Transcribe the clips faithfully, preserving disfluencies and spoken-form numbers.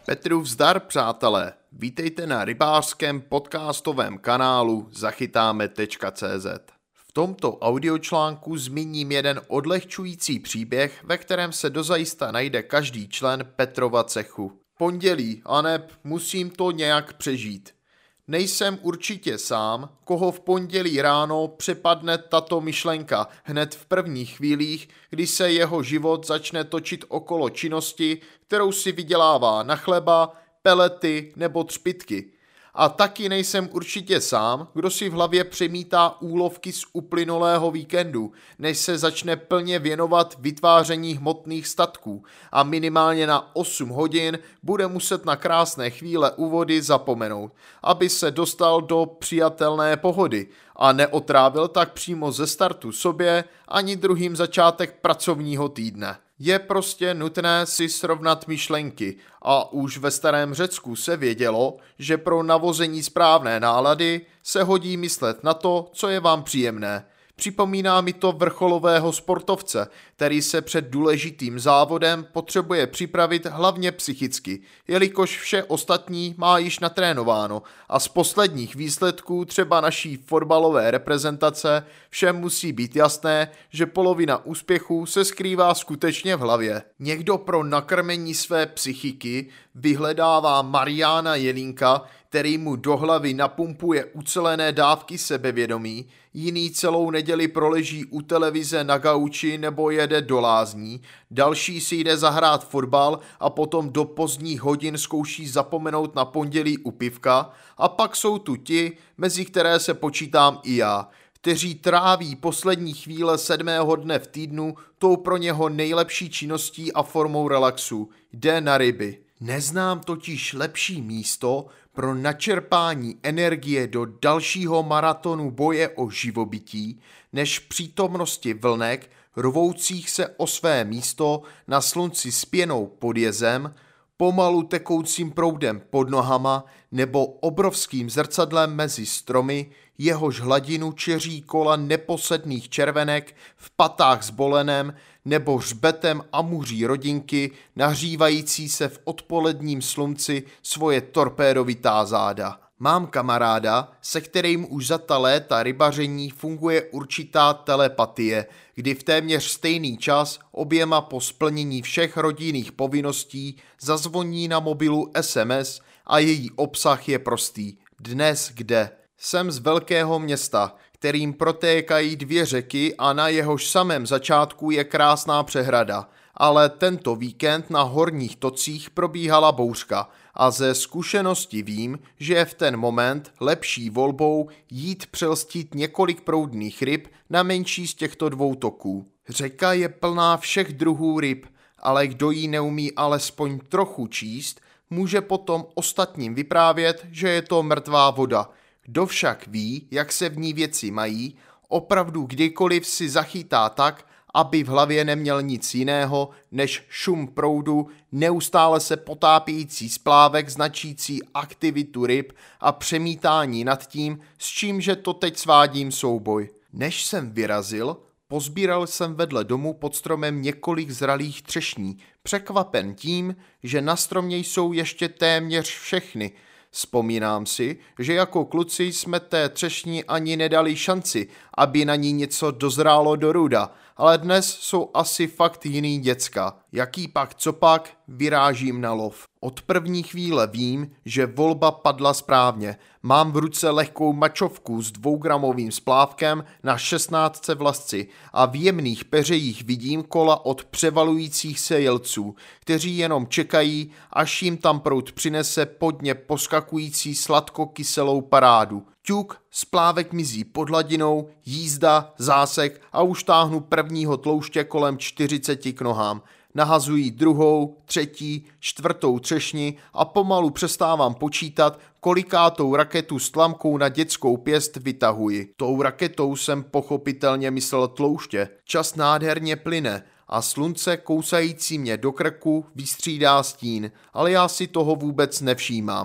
Petrův zdar, přátelé, vítejte na rybářském podcastovém kanálu zachytáme tečka cé zet. V tomto audiočlánku zmíním jeden odlehčující příběh, ve kterém se dozajista najde každý člen Petrova cechu. Pondělí, aneb musím to nějak přežít. Nejsem určitě sám, koho v pondělí ráno přepadne tato myšlenka hned v prvních chvílích, kdy se jeho život začne točit okolo činnosti, kterou si vydělává na chleba, pelety nebo třpytky. A taky nejsem určitě sám, kdo si v hlavě přemítá úlovky z uplynulého víkendu, než se začne plně věnovat vytváření hmotných statků a minimálně na osm hodin bude muset na krásné chvíle u vody zapomenout, aby se dostal do přijatelné pohody a neotrávil tak přímo ze startu sobě ani druhým začátek pracovního týdne. Je prostě nutné si srovnat myšlenky a už ve starém Řecku se vědělo, že pro navození správné nálady se hodí myslet na to, co je vám příjemné. Připomíná mi to vrcholového sportovce, který se před důležitým závodem potřebuje připravit hlavně psychicky, jelikož vše ostatní má již natrénováno a z posledních výsledků třeba naší fotbalové reprezentace všem musí být jasné, že polovina úspěchů se skrývá skutečně v hlavě. Někdo pro nakrmení své psychiky vyhledává Mariána Jelínka, který mu do hlavy napumpuje ucelené dávky sebevědomí, jiný celou neděli proleží u televize na gauči nebo jede do lázní, další si jde zahrát fotbal a potom do pozdních hodin zkouší zapomenout na pondělí u pivka, a pak jsou tu ti, mezi které se počítám i já, kteří tráví poslední chvíle sedmého dne v týdnu tou pro něho nejlepší činností a formou relaxu, jde na ryby. Neznám totiž lepší místo pro načerpání energie do dalšího maratonu boje o živobytí, než přítomnosti vlnek rvoucích se o své místo na slunci s pěnou pod jezem, pomalu tekoucím proudem pod nohama nebo obrovským zrcadlem mezi stromy, jehož hladinu čeří kola neposedných červenek v patách zboleném nebo hřbetem amuří rodinky nahřívající se v odpoledním slunci svoje torpédovitá záda. Mám kamaráda, se kterým už za ta léta rybaření funguje určitá telepatie, kdy v téměř stejný čas oběma po splnění všech rodinných povinností zazvoní na mobilu es em es a její obsah je prostý. Dnes kde? Jsem z velkého města, kterým protékají dvě řeky a na jehož samém začátku je krásná přehrada, ale tento víkend na horních tocích probíhala bouřka a ze zkušenosti vím, že je v ten moment lepší volbou jít přelstit několik proudných ryb na menší z těchto dvou toků. Řeka je plná všech druhů ryb, ale kdo ji neumí alespoň trochu číst, může potom ostatním vyprávět, že je to mrtvá voda. Kdo však ví, jak se v ní věci mají, opravdu kdykoliv si zachytá tak, aby v hlavě neměl nic jiného než šum proudu, neustále se potápějící splávek značící aktivitu ryb a přemítání nad tím, s čímže to teď svádím souboj. Než jsem vyrazil, pozbíral jsem vedle domu pod stromem několik zralých třešní, překvapen tím, že na stromě jsou ještě téměř všechny. Vzpomínám si, že jako kluci jsme té třešni ani nedali šanci, aby na ní něco dozrálo do ruda, ale dnes jsou asi fakt jiný děcka. Jaký pak co pak, vyrážím na lov. Od první chvíle vím, že volba padla správně. Mám v ruce lehkou mačovku s dvougramovým splávkem na šestnáctce vlasci a v jemných peřejích vidím kola od převalujících se jelců, kteří jenom čekají, až jim tam proud přinese podně poskakující sladko-kyselou parádu. Ťuk, splávek mizí pod hladinou, jízda, zásek a už táhnu prvního tlouště kolem čtyřiceti k nohám. Nahazují druhou, třetí, čtvrtou třešni a pomalu přestávám počítat, kolikátou raketu s tlamkou na dětskou pěst vytahuji. Tou raketou jsem pochopitelně myslel tlouště. Čas nádherně plyne a slunce kousající mě do krku vystřídá stín, ale já si toho vůbec nevšímám.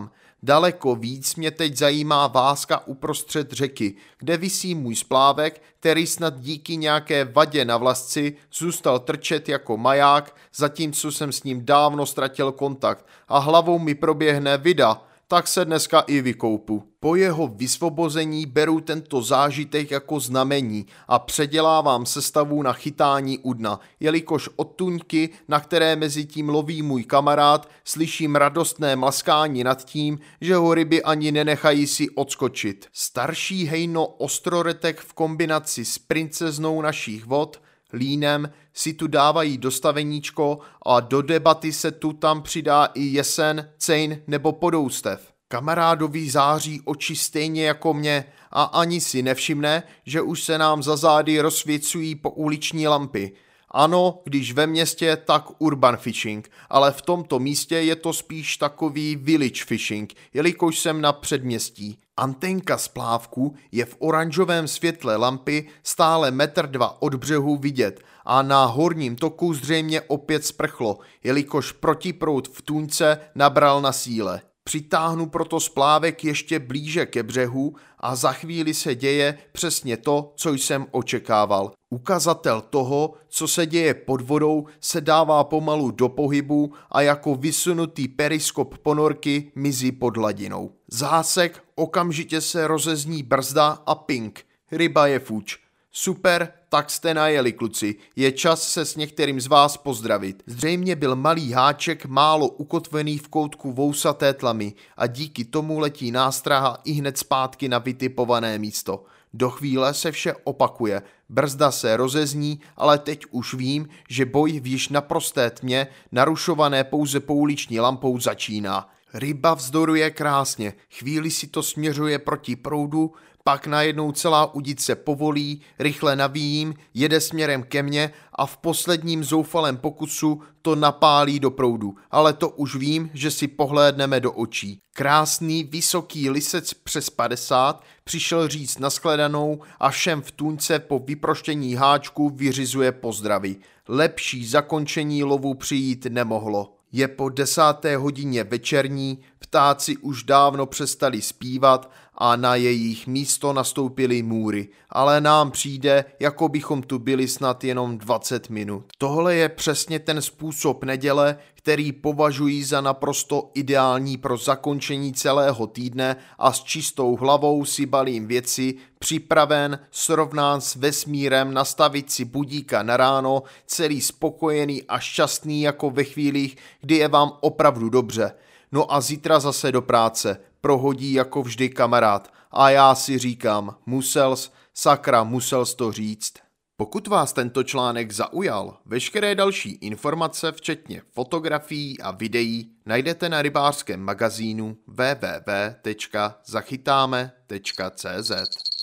Daleko víc mě teď zajímá váska uprostřed řeky, kde visí můj splávek, který snad díky nějaké vadě na vlasci zůstal trčet jako maják, zatímco jsem s ním dávno ztratil kontakt a hlavou mi proběhne vida, tak se dneska i vykoupu. Po jeho vysvobození beru tento zážitek jako znamení a předělávám sestavu na chytání u dna, jelikož od tuňky, na které mezi tím loví můj kamarád, slyším radostné mlaskání nad tím, že ho ryby ani nenechají si odskočit. Starší hejno ostroretek v kombinaci s princeznou našich vod, línem, si tu dávají dostaveníčko a do debaty se tu tam přidá i jesen, cejn nebo podoustev. Kamarádovi září oči stejně jako mě a ani si nevšimne, že už se nám za zády rozsvěcují pouliční lampy. Ano, když ve městě, tak urban fishing, ale v tomto místě je to spíš takový village fishing, jelikož jsem na předměstí. Antenka splávku je v oranžovém světle lampy stále metr dva od břehu vidět a na horním toku zřejmě opět sprchlo, jelikož protiproud v tůňce nabral na síle. Přitáhnu proto splávek ještě blíže ke břehu a za chvíli se děje přesně to, co jsem očekával. Ukazatel toho, co se děje pod vodou, se dává pomalu do pohybu a jako vysunutý periskop ponorky mizí pod hladinou. Zásek, okamžitě se rozezní brzda a ping. Ryba je fuč. Super, tak jste najeli, kluci. Je čas se s některým z vás pozdravit. Zřejmě byl malý háček málo ukotvený v koutku vousaté tlamy a díky tomu letí nástraha i hned zpátky na vytipované místo. Do chvíle se vše opakuje, brzda se rozezní, ale teď už vím, že boj v již naprosté tmě, narušované pouze pouliční lampou, začíná. Ryba vzdoruje krásně, chvíli si to směřuje proti proudu, pak najednou celá udice povolí, rychle navíjím, jede směrem ke mně a v posledním zoufalém pokusu to napálí do proudu, ale to už vím, že si pohlédneme do očí. Krásný, vysoký lisec přes padesát přišel říct nashledanou a všem v tůňce po vyproštění háčku vyřizuje pozdravy. Lepší zakončení lovu přijít nemohlo. Je po desáté hodině večerní, ptáci už dávno přestali zpívat a na jejich místo nastoupily můry, ale nám přijde, jako bychom tu byli snad jenom dvacet minut. Tohle je přesně ten způsob neděle, který považuji za naprosto ideální pro zakončení celého týdne a s čistou hlavou si balím věci, připraven, srovnán s vesmírem, nastavit si budíka na ráno, celý spokojený a šťastný jako ve chvílích, kdy je vám opravdu dobře. No a zítra zase do práce, prohodí jako vždy kamarád. A já si říkám, musels, sakra, musels to říct. Pokud vás tento článek zaujal, veškeré další informace, včetně fotografií a videí, najdete na rybářském magazínu w w w tečka zachytáme tečka cé zet.